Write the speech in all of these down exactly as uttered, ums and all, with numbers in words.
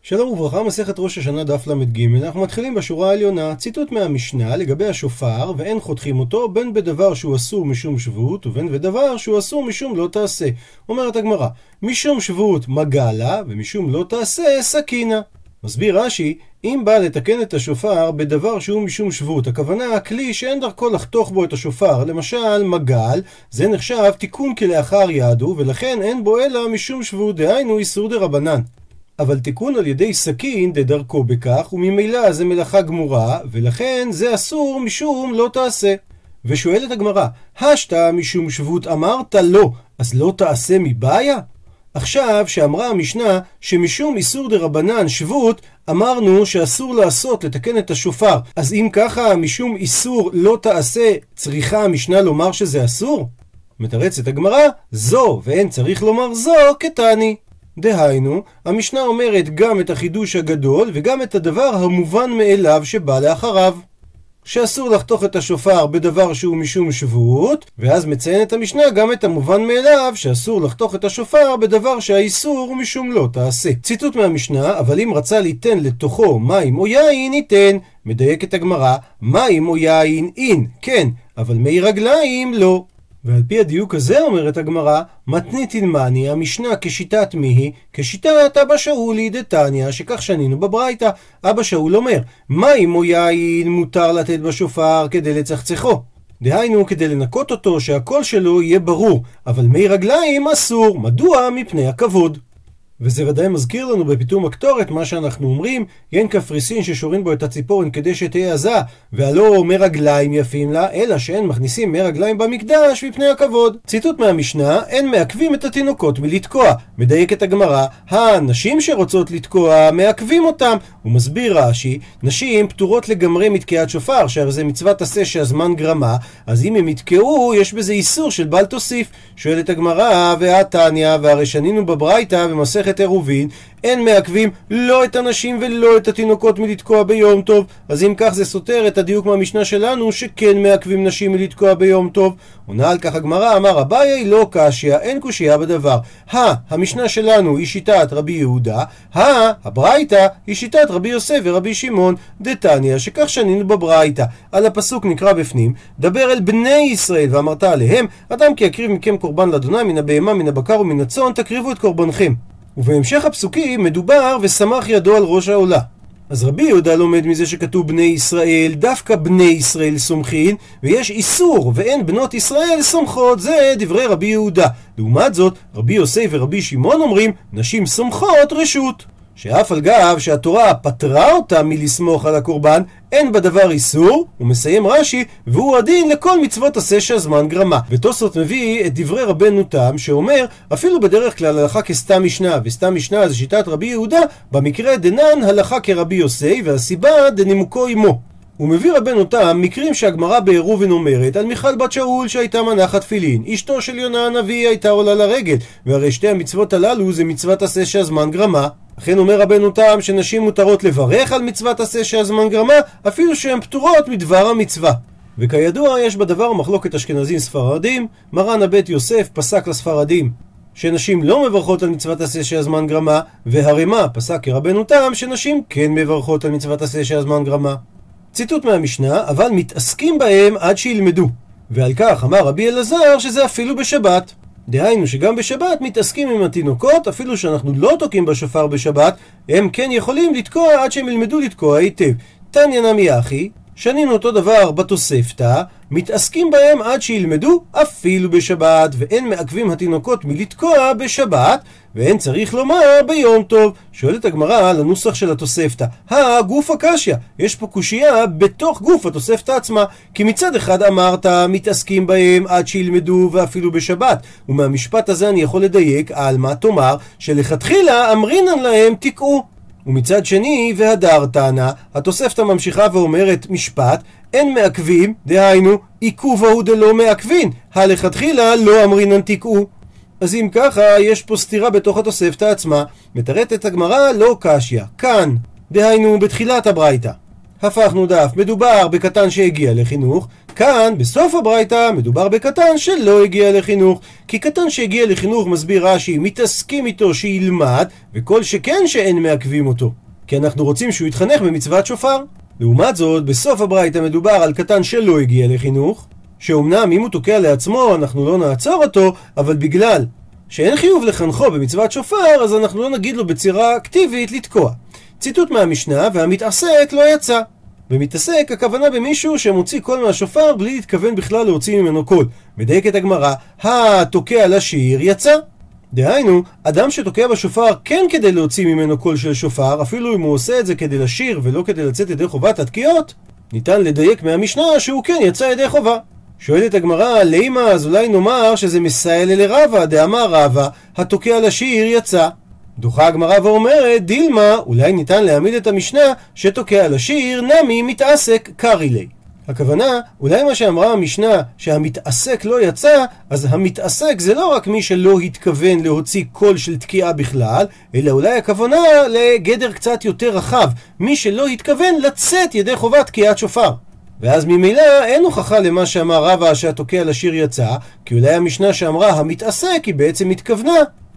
שלום וברכה, מסכת ראש השנה דף למד ג'. אנחנו מתחילים בשורה העליונה, ציטוט מהמשנה לגבי השופר, ואין חותכים אותו בין בדבר שהוא אסור משום שבות ובין בדבר שהוא אסור משום לא תעשה. אומרת הגמרא, משום שבות מגלה ומשום לא תעשה סכינה. מסביר רש"י, אם בא לתקן את השופר בדבר שהוא משום שבות, הכוונה הכלי שאין דרכו לחתוך בו את השופר, למשל מגל, זה נחשב תיקון כלאחר ידו, ולכן אין בו אלא משום שבות, דהיינו איסור דרבנן. אבל תיקון על ידי סכין דדרכו בכך, וממילא זה מלאכה גמורה, ולכן זה אסור משום לא תעשה. ושואלת הגמרא, השתא משום שבות אמרת לא, אז לא תעשה מבעיה? עכשיו שאמרה המשנה שמשום איסור דרבנן שבות, אמרנו שאסור לעשות לתקן את השופר, אז אם ככה משום איסור לא תעשה, צריכה המשנה לומר שזה אסור? מתרצת הגמרא, זו ואין צריך לומר זו כתני. דהיינו, המשנה אומרת גם את החידוש הגדול וגם את הדבר המובן מאליו שבא לאחריו, שאסור לחתוך את השופר בדבר שהוא משום שבות, ואז מציינת המשנה גם את המובן מאליו שאסור לחתוך את השופר בדבר שהאיסור הוא משום לא תעשה. ציטוט מהמשנה, אבל אם רצה ליתן לתוכו מים או יין ייתן. מדייקת הגמרא, מים או יין אין, כן, אבל מי רגליים לא. ועל פי הדיוק הזה אומרת הגמרא, מתנית אילמני, המשנה כשיטת מיהי? כשיטת אבא שאולי דתניא, שכך שנינו בברייתא. אבא שאול אומר, מים או יין מותר לתת בשופר כדי לצחצחו, דהיינו כדי לנקות אותו שהקול שלו יהיה ברור, אבל מי רגליים אסור. מדוע? מפני הכבוד. וזה ודאי מזכיר לנו בפיתום הקטורת מה שאנחנו אומרים, ין קפריסין ששורים בו את הציפורן כדי שתהיה עזה, והלא מרגליים יפים לה, אלא שאין מכניסים מרגליים במקדש מפני הכבוד. ציטוט מהמשנה, אין מעכבים את התינוקות מלתקוע. מדייקת הגמרא, הנשים שרוצות לתקוע מעכבים אותם. הוא מסביר רש"י, נשים פטורות לגמרי מתקיעת שופר, שהרי זה מצוות עשה שהזמן גרמה, אז אם הם יתקעו יש בזה איסור של בל תוסיף. שואלת הגמרא, והתניא, והרי שנינו בברייתא במסכת עירובין, אין מעכבים לא את הנשים ולא את התינוקות מלתקוע ביום טוב. אז אם כך זה סותר את הדיוק מהמשנה שלנו שכן מעכבים נשים מלתקוע ביום טוב. עונה על כך הגמרא, אמר אביי לא קשיא, אין קושיה בדבר. הא, המשנה שלנו היא שיטת רבי יהודה, הא, הברייתא היא שיטת רבי יוסף ורבי שמעון דתניא, שכך שנינו בברייתא. על הפסוק נקרא בפנים, דבר אל בני ישראל ואמרת עליהם, אדם כי יקריב מכם קורבן לאדוני מן הבהמה מן הבקר ומן הצאן תקריבו את קורבנכם. ובהמשך הפסוקים מדובר וסמך ידו על ראש העולה. אז רבי יהודה לומד מזה שכתוב בני ישראל, דווקא בני ישראל סומכין, ויש איסור ואין בנות ישראל סומכות. זה דברי רבי יהודה. לעומת זאת רבי יוסף ורבי שמעון אומרים נשים סומכות רשות, שאף על גב שהתורה פטרה אותה מלסמוך על הקורבן, אין בדבר איסור. הוא מסיים רש"י, והוא הדין לכל מצוות עשה שהזמן גרמה. ותוספות מביא את דברי רבנו תם שאומר, אפילו בדרך כלל הלכה כסתם משנה, וסתם משנה זה שיטת רבי יהודה, במקרה דנן הלכה כרבי יוסף, והסיבה דנימוקו עמו. הוא מביא רבנו תם מקרים שהגמרא בעירובין אומרת על מיכל בת שאול שהייתה מנחת תפילין, אשתו של יונה הנביא הייתה עולה לרגל, והרי שתי המצוות הללו זה מצוות עשה שהזמן גרמה. לכן אומר רבנו תם שנשים מותרות לברך על מצוות עשה שהזמן גרמה, אפילו שהן פטורות מדבר המצווה. וכידוע יש בדבר מחלוקת אשכנזים ספרדים. מרן הבית יוסף פסק לספרדים שנשים לא מברכות על מצוות עשה שהזמן גרמה, והרמ"א פסק כרבנו תם שנשים כן מברכות על מצוות עשה שהזמן גרמה. ציטוט מהמשנה, אבל מתעסקים בהם עד שילמדו. ועל כך אמר רבי אלעזר שזה אפילו בשבת. דהיינו שגם בשבת מתעסקים עם התינוקות, אפילו שאנחנו לא תוקעים בשופר בשבת, הם כן יכולים לתקוע עד שהם ילמדו לתקוע היטב. תניא נמי אחי, שנינו אותו דבר בתוספתא, מתעסקים בהם עד שילמדו אפילו בשבת, ואין מעכבים התינוקות מלתקוע בשבת, ואין צריך לומר ביום טוב. שואלת הגמרא על הנוסח של התוספתא, הגוף הקשיא, יש פה קושייה בתוך גוף התוספתא עצמה, כי מצד אחד אמרת מתעסקים בהם עד שילמדו ואפילו בשבת, ומהמשפט הזה אני יכול לדייק על מה תאמר שלכתחילה אמרינן להם תקעו. ומצד שני, והדר תנא, התוספתא ממשיכה ואומרת משפט, אין מעכבים, דהיינו עיכוב ההוא דלא מעכבין, הלכתחילה לא אמרינן תקעו. אז אם ככה, יש פה סתירה בתוך התוספתא עצמה. מתרצת הגמרא לא קשיא, כאן, דהיינו בתחילת הברייתא, הפכנו דף, מדובר בקטן שהגיע לחינוך. כאן בסוף הברייתא מדובר בקטן שלא הגיע לחינוך, כי קטן שהגיע לחינוך, מסביר רש"י, מתעסקים איתו שילמד, וכל שכן שאין מעכבים אותו, כי אנחנו רוצים שהוא יתחנך במצוות שופר. לעומת זאת, בסוף הברייתא מדובר על קטן שלא הגיע לחינוך, שאומנם אם הוא תוקע לעצמו אנחנו לא נעצור אותו, אבל בגלל שאין חיוב לחנכו במצוות שופר, אז אנחנו לא נגיד לו בצורה אקטיבית לתקוע. ציטוט מהמשנה, והמתעסק לא יצא. במתעסק הכוונה במישהו שמוציא קול מהשופר בלי להתכוון בכלל להוציא ממנו קול. מדייקת הגמרא, התוקע לשיר יצא. דהיינו, אדם שתוקע בשופר כן כדי להוציא ממנו קול של שופר, אפילו אם הוא עושה את זה כדי לשיר ולא כדי לצאת ידי חובת התקיעות, ניתן לדייק מהמשנה שהוא כן יצא ידי חובה. שואלת הגמרא, לימה, אז אולי נאמר שזה מסייל אל רבא, דאמר רבא, התוקע לשיר יצא. דוחה הגמרא ואומרת, דילמה, אולי ניתן להעמיד את המשנה שתוקע לשיר נמי מתעסק קרי לי. הכוונה, אולי מה שאמרה המשנה שהמתעסק לא יצא, אז המתעסק זה לא רק מי שלא התכוון להוציא קול של תקיעה בכלל, אלא אולי הכוונה לגדר קצת יותר רחב, מי שלא התכוון לצאת ידי חובת תקיעת שופר. ואז ממילא אין הוכחה למה שאמר רבא שהתוקע לשיר יצא, כי אולי המשנה שאמרה המתעסק היא בעצם התכוונה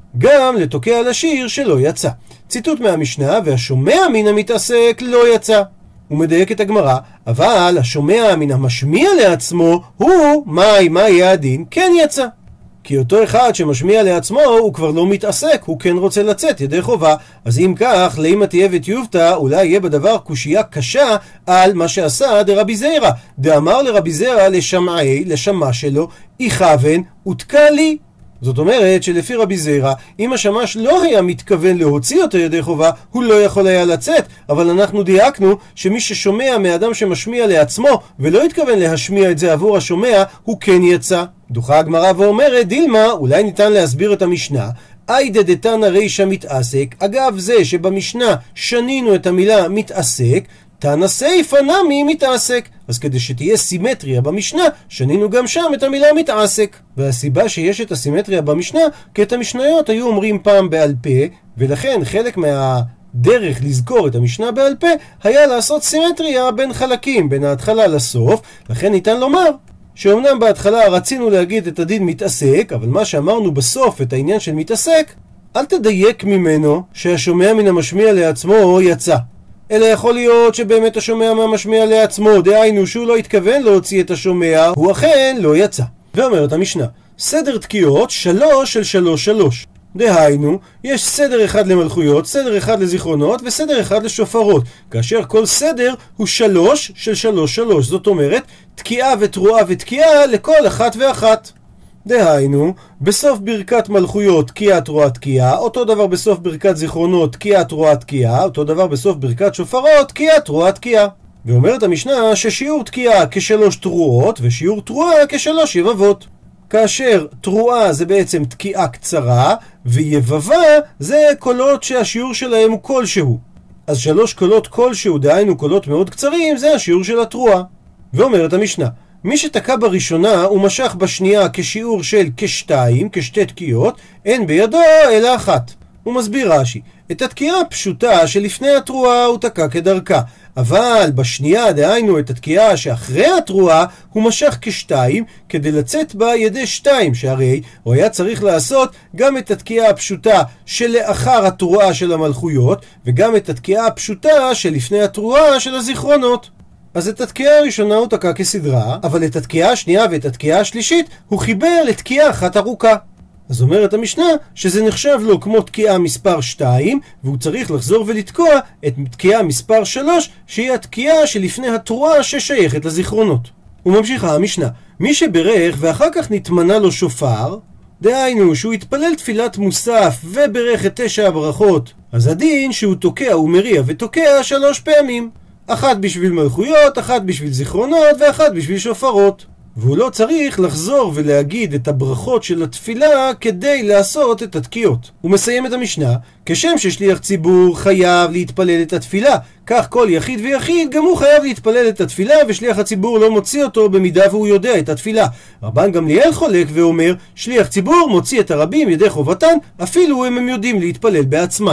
גם לתוקע לשיר שלא יצא. ציטוט מהמשנה, והשומע מן המתעסק לא יצא. הוא מדייק את הגמרא, אבל השומע מן המשמיע לעצמו הוא, מהי, מה יהיה הדין? כן יצא. כי אותו אחד שמשמיע לעצמו הוא כבר לא מתעסק, הוא כן רוצה לצאת ידי חובה. אז אם כך, לאמא תהיה ותיובתא, אולי יהיה בדבר קושייה קשה על מה שעשה דרבי זירא. דאמר לרבי זירא לשמעי, לשמע שלו, איכוון ותקע לי. זאת אומרת שלפי רבי זירא, אם השמש לא היה מתכוון להוציא אותו ידי חובה, הוא לא יכול היה לצאת. אבל אנחנו דייקנו שמי ששומע מאדם שמשמיע לעצמו ולא התכוון להשמיע את זה עבור השומע, הוא כן יצא. דוחה הגמרא ואומרת, דילמה, אולי ניתן להסביר את המשנה, איידא דתנא רישא מתעסק, אגב זה שבמשנה שנינו את המילה מתעסק, תנא סיפא נמי מתעסק. אז כדי שתהיה סימטריה במשנה, שנינו גם שם את המילה מתעסק. והסיבה שיש את הסימטריה במשנה, כי את המשניות היו אומרים פעם בעל פה, ולכן חלק מהדרך לזכור את המשנה בעל פה, היה לעשות סימטריה בין חלקים, בין ההתחלה לסוף. לכן ניתן לומר שאומנם בהתחלה רצינו להגיד את הדין מתעסק, אבל מה שאמרנו בסוף, את העניין של מתעסק, אל תדייק ממנו שהשומע מן המשמיע לעצמו יצא. אלא יכול להיות שבאמת השומע מהמשמיע לעצמו, דהיינו שהוא לא התכוון להוציא את השומע, הוא אכן לא יצא. ואומרת המשנה, סדר תקיעות שלוש של שלוש שלוש. דהיינו, יש סדר אחד למלכויות, סדר אחד לזיכרונות וסדר אחד לשופרות, כאשר כל סדר הוא שלוש של שלוש שלוש. זאת אומרת, תקיעה ותרועה ותקיעה לכל אחת ואחת. דהיינו, בסוף ברכת מלכויות תקיעה תרועה תקיעה, אותו דבר בסוף ברכת זיכרונות תקיעה תרועה תקיעה, אותו דבר בסוף ברכת שופרות תקיעה תרועה תקיעה. ואומרת המשנה ששיעור תקיעה כשלוש תרועות ושיעור תרועה כשלוש יבבות, כאשר תרועה זה בעצם תקיעה קצרה ויבבה זה קולות שהשיעור שלהם הוא כלשהו. אז שלוש קולות כלשהו, דהיינו קולות מאוד קצרים, זה השיעור של התרועה. ואומרת המשנה, מי שתקע בראשונה הוא משך בשנייה כשיעור של כשתיים, כשתי תקיעות, אין בידו אלא אחת. הוא מסביר רש"י, את התקיעה הפשוטה שלפני התרועה הוא תקע כדרכה, אבל בשנייה, דהיינו את התקיעה שאחרי התרועה, הוא משך כשתיים כדי לצאת בה ידי שתיים, שהרי הוא היה צריך לעשות גם את התקיעה הפשוטה שלאחר התרועה של המלכויות, וגם את התקיעה הפשוטה שלפני התרועה של הזיכרונות. אז את התקיעה הראשונה הוא תקע כסדרה, אבל את התקיעה השנייה ואת התקיעה השלישית הוא חיבר לתקיעה אחת ארוכה. אז אומרת המשנה שזה נחשב לו כמו תקיעה מספר שתיים, והוא צריך לחזור ולתקוע את תקיעה מספר שלוש, שהיא התקיעה שלפני התרועה ששייכת לזיכרונות. וממשיכה המשנה, מי שברך ואחר כך נתמנה לו שופר, דהיינו שהוא התפלל תפילת מוסף וברך את תשע הברכות, אז הדין שהוא תוקע ומריע ותוקע שלוש פעמים, אחת בשביל מלכויות, אחת בשביל זיכרונות ואחת בשביל שופרות. והוא לא צריך לחזור ולהגיד את הברכות של התפילה כדי לעשות את התקיעות. הוא מסיים את המשנה, כשם ששליח ציבור חייב להתפלל את התפילה, כך כל יחיד ויחיד גם הוא חייב להתפלל את התפילה, ושליח הציבור לא מוציא אותו במידה והוא יודע את התפילה. רבן גמליאל חולק ואומר, שליח ציבור מוציא את הרבים ידי חובתן, אפילו אם הם יודעים להתפלל בעצמן.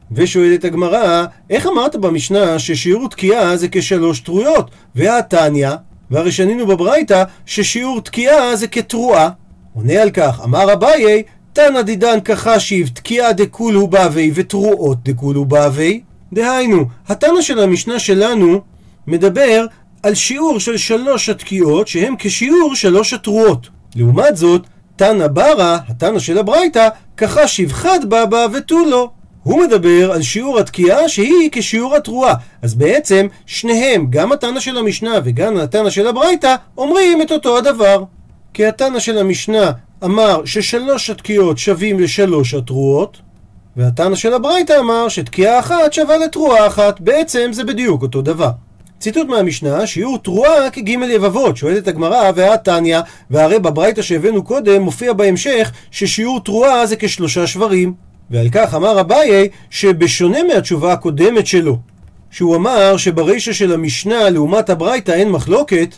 ושואלת הגמרא, איך אמרת במשנה ששיעור תקיעה זה כשלוש תרויות? והתניא, והרי שנינו בברייתא ששיעור תקיעה זה כתרועה. עונה על כך, אמר אביי, תנא דידן כחשיב תקיעה דכולהו בהווי ותרועות דכולהו בהווי. דהיינו, התנא של המשנה שלנו מדבר על שיעור של שלוש התקיעות שהם כשיעור שלוש התרועות. לעומת זאת, תנא ברא, התנא של הברייתא, כחשיב חד בבא ותו לא. הוא מדבר על שיעור התקיעה שהיא כשיעור התרועה. אז בעצם שניהם, גם התנא של המשנה וגם התנא של הברייתא, אומרים את אותו הדבר. כי התנא של המשנה אמר ששלוש התקיעות שווים לשלוש התרועות, והתנא של הברייתא אמר שתקיעה אחת שווה לתרועה אחת. בעצם זה בדיוק אותו דבר. ציטוט מהמשנה, שיעור תרועה כג' יבבות. שואלת הגמרא, והתניא, והרי בברייתא שהבאנו קודם מופיע בהמשך ששיעור תרועה זה כשלושה שברים. ועל כך אמר אביי שבשונה מהתשובה הקודמת שלו, שהוא אמר שברישא של המשנה לעומת הברייתא אין מחלוקת,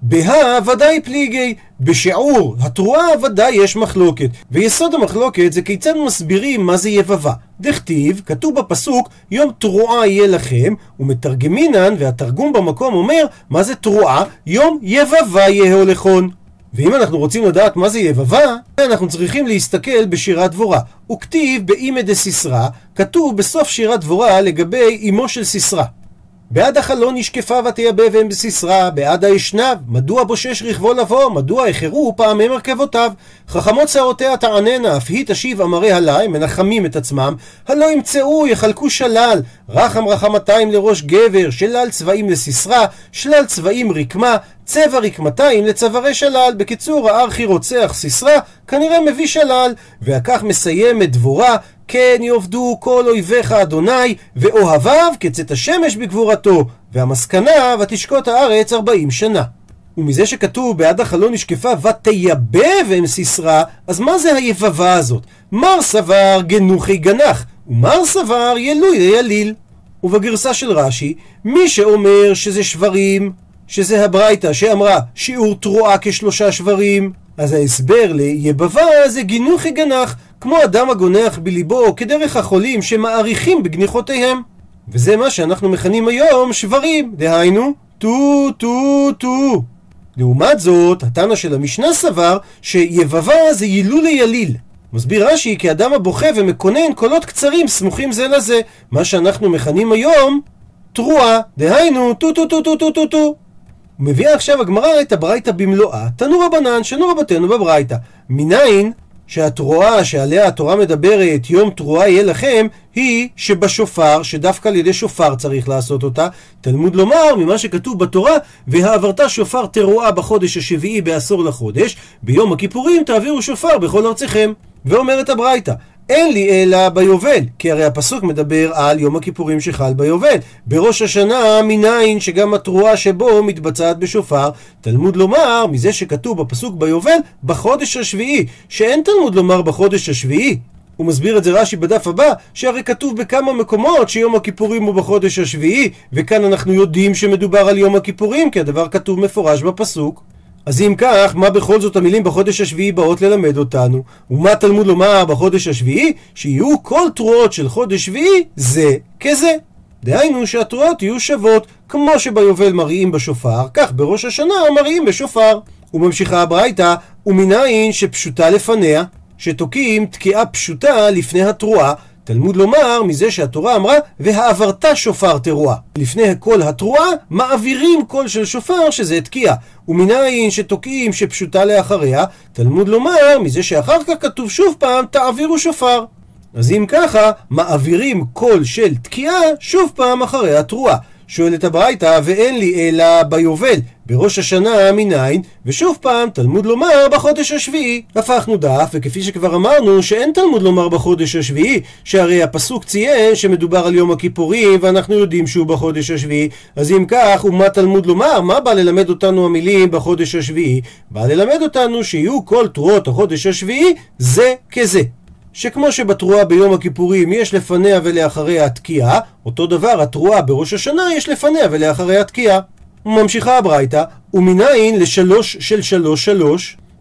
בה ודאי פליגי, בשיעור התרועה ודאי יש מחלוקת. ויסוד המחלוקת זה כיצד מסבירים מה זה יבבה. דכתיב, כתוב בפסוק, יום תרועה יהיה לכם, ומתרגמינן, והתרגום במקום אומר, מה זה תרועה? יום יבבה יהיה לכון. ואם אנחנו רוצים לדעת מה זה יבבה, אנחנו צריכים להסתכל בשירת דבורה. וכתיב באימא דסיסרא, כתוב בסוף שירת דבורה לגבי אמו של סיסרא. בעד החלון נשקפה ותייבב אם בסיסרא, בעד האשנב, מדוע בושש רכבו לבוא, מדוע החרו פעמי מרכבותיו. חכמות שערותיה תעננה, אף היא תשיב אמרי עלי, מנחמים את עצמם, הלא ימצאו יחלקו שלל, רחם רחמתיים לראש גבר, שלל צבעים לסיסרא, שלל צבעים רקמה, צבע רקמתיים לצווארי שלל. בקיצור, הארכי רוצח סיסרא, כנראה מביא שלל. והכך מסיים את דבורה, כן יעבדו כל אויביך אדוני, ואוהביו כצאת השמש בגבורתו, והמסקנה ותשקוט הארץ ארבעים שנה. ומזה שכתוב בעד החלון נשקפה ותייבב אם סיסרא, אז מה זה היבבה הזאת? מר סבר גנוחי גנח, ומר סבר ילוי ליליל. ובגרסה של רש"י, מי שאומר שזה שברים, שזה הברייתא שאמרה שיעור תרועה כשלושה שברים, אז ההסבר ליבבה זה גינוחי גנח, כמו אדם הגונח בליבו כדרך החולים שמעריכים בגניחותיהם. וזה מה שאנחנו מכנים היום שברים, דהיינו טו טו טו. לעומת זאת, התנא של המשנה סבר שיבבה זה יילול ליליל. מסביר רש"י כי אדם הבוכה ומקונן קולות קצרים סמוכים זה לזה, מה שאנחנו מכנים היום תרועה, דהיינו טו טו טו טו טו טו טו. ומביאה עכשיו הגמרא את הברייתא במלואה, תנו רבנן שנו רבתנו בברייתא. מניין שהתרועה שעליה התורה מדברת יום תרועה יהיה לכם, היא שבשופר, שדווקא על ידי שופר צריך לעשות אותה. תלמוד לומר ממה שכתוב בתורה, והעברת שופר תרועה בחודש השביעי בעשור לחודש, ביום הכיפורים תעבירו שופר בכל ארציכם. ואומרת הברייתא, אין לי אלא ביובל, כי הרי הפסוק מדבר על יום הכיפורים שחל ביובל. בראש השנה מניין שגם התרועה שבו מתבצעת בשופר. תלמוד לומר מזה שכתוב בפסוק ביובל בחודש השביעי, שאין תלמוד לומר בחודש השביעי. הוא מסביר את זה רש"י בדף הבא, שהרי כתוב בכמה מקומות שיום הכיפורים הוא בחודש השביעי, וכאן אנחנו יודעים שמדובר על יום הכיפורים, כי הדבר כתוב מפורש בפסוק. אז אם כך, מה בכל זאת המילים בחודש השביעי באות ללמד אותנו? ומה תלמוד לומר בחודש השביעי? שיהיו כל תרועות של חודש שביעי זה כזה. דהיינו שהתרועות יהיו שוות, כמו שביובל מריעים בשופר, כך בראש השנה מריעים בשופר. וממשיכה הברייתא, ומניין שפשוטה לפניה, שתוקעים תקיעה פשוטה לפני התרועה. תלמוד לומר מזה שהתורה אמרה והעברת שופר תרועה. לפני כל התרועה מעבירים קול של שופר שזה תקיעה. ומניין שתוקעים שפשוטה לאחריה, תלמוד לומר מזה שאחר כך כתוב שוב פעם תעבירו שופר. אז אם ככה מעבירים קול של תקיעה שוב פעם אחרי התרועה. שואלת הברייתא, ואין לי אלא ביובל בראש השנה מניין, ושוב פעם תלמוד לומר בחודש השביעי. הפכנו דף, וכפי שכבר אמרנו שאין תלמוד לומר בחודש השביעי, שהרי הפסוק ציין שמדובר על יום הכיפורים ואנחנו יודעים שהוא בחודש השביעי. אז אם כך, ומה תלמוד לומר? מה בא ללמד אותנו המילים בחודש השביעי? בא ללמד אותנו שיהיו כל תרועות החודש השביעי זה כזה, שכמו שבתרועה ביום הכיפורים יש לפניה ולאחריה התקיעה, אותו דבר התרועה בראש השנה יש לפניה ולאחריה התקיעה. וממשיכה הברייתא, ומניין לשלוש של שלוש שלוש,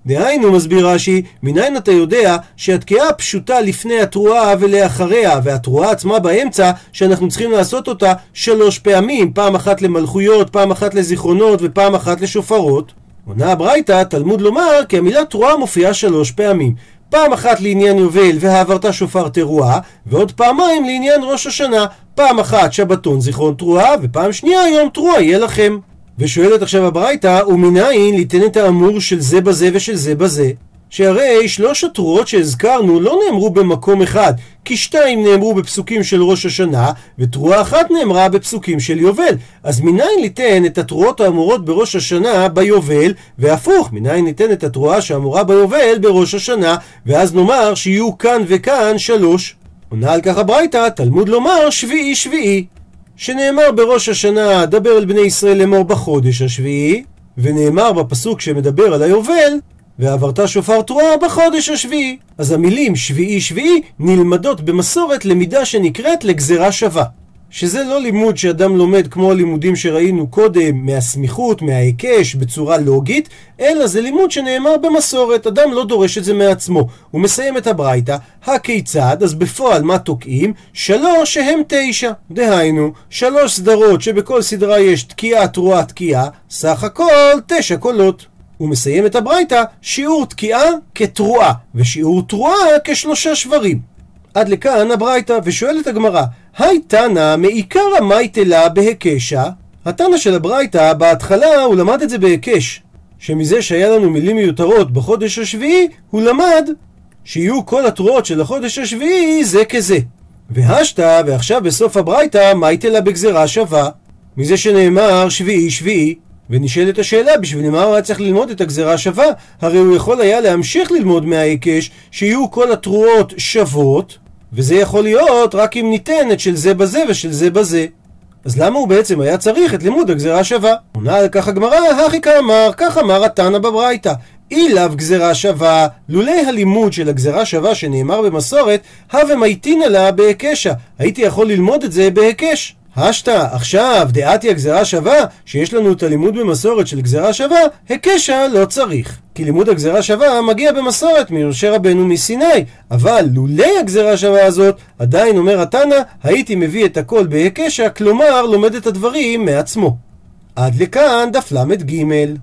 דהיינו, מסביר רש"י, מניין אתה יודע שהתקיעה פשוטה לפני התרועה ולאחריה, והתרועה עצמה באמצע, שאנחנו צריכים לעשות אותה שלוש פעמים, פעם אחת למלכויות, פעם אחת לזיכרונות ופעם אחת לשופרות? עונה הברייתא, תלמוד לומר כי המילה תרועה מופיעה שלוש פעמים, פעם אחת לעניין יובל והעברת שופר תרועה, ועוד פעמיים לעניין ראש השנה, פעם אחת שבתון זיכרון תרועה, ופעם שנייה יום תרועה יהיה לכם. ושואלת עכשיו הברייתא, ומניין ליתן את האמור של זה בזה ושל זה בזה? שהרי שלוש התרועות שהזכרנו לא נאמרו במקום אחד, כי שתיים נאמרו בפסוקים של ראש השנה, ותרועה אחת נאמרה בפסוקים של יובל. אז מניין ליתן את התרועות האמורות בראש השנה ביובל, והפוך, מניין ליתן את התרועה שאמורה ביובל בראש השנה, ואז נאמר שיהיו כאן וכאן שלוש. עונה על כך הברייתא, תלמוד לומר שביעי שביעי, שנאמר בראש השנה דבר אל בני ישראל לאמור בחודש השביעי, ונאמר בפסוק שמדבר על היובל ועברת שופר תרועה בחודש השביעי. אז המילים שביעי שביעי נלמדות במסורת למידה שנקראת לגזרה שווה, שזה לא לימוד שאדם לומד כמו הלימודים שראינו קודם מהסמיכות, מההיקש, בצורה לוגית, אלא זה לימוד שנאמר במסורת, אדם לא דורש את זה מעצמו. הוא מסיים את הברייתא, הכיצד? אז בפועל מה תוקעים? שלוש שהם תשע, דהיינו שלוש סדרות שבכל סדרה יש תקיעה תרועה תקיעה, סך הכל תשע קולות. הוא מסיים את הברייתא, שיעור תקיעה כתרועה ושיעור תרועה כשלושה שברים. עד לכאן הברייתא, ושואלת הגמרא, היי תנא מעיקרא מייטלה בהיקשה? התנא של הברייתא בהתחלה הוא למד את זה בהיקש, שמזה שהיה לנו מילים מיותרות בחודש השביעי, הוא למד שיהיו כל התרועות של החודש השביעי זה כזה. והשתא, ועכשיו בסוף הברייתא, מייטלה בגזרה שווה, מזה שנאמר שביעי שביעי. ונשאלת השאלה, בשביל מה הוא היה צריך ללמוד את הגזרה שווה? הרי הוא יכול היה להמשיך ללמוד מההיקש שיהיו כל התרועות שוות, וזה יכול להיות רק אם ניתן את של זה בזה ושל זה בזה. אז למה הוא בעצם היה צריך את לימוד הגזרה שווה? עונה על כך הגמרא, הכי כאמר, כך אמר התנא בברייתא, אילאו גזרה שווה, לולי הלימוד של הגזרה שווה שנאמר במסורת, הווה מייטינא לה בהיקשה, הייתי יכול ללמוד את זה בהיקש. השתא, עכשיו דעתי הגזרה שווה, שיש לנו את הלימוד במסורת של גזרה שווה, הקשה לא צריך, כי לימוד הגזרה שווה מגיע במסורת ממשה רבנו מסיני, אבל לולי הגזרה שווה הזאת, עדיין אומר התנא, הייתי מביא את הכל בהקשה, כלומר לומד את הדברים מעצמו. עד לכאן דף למד ג'.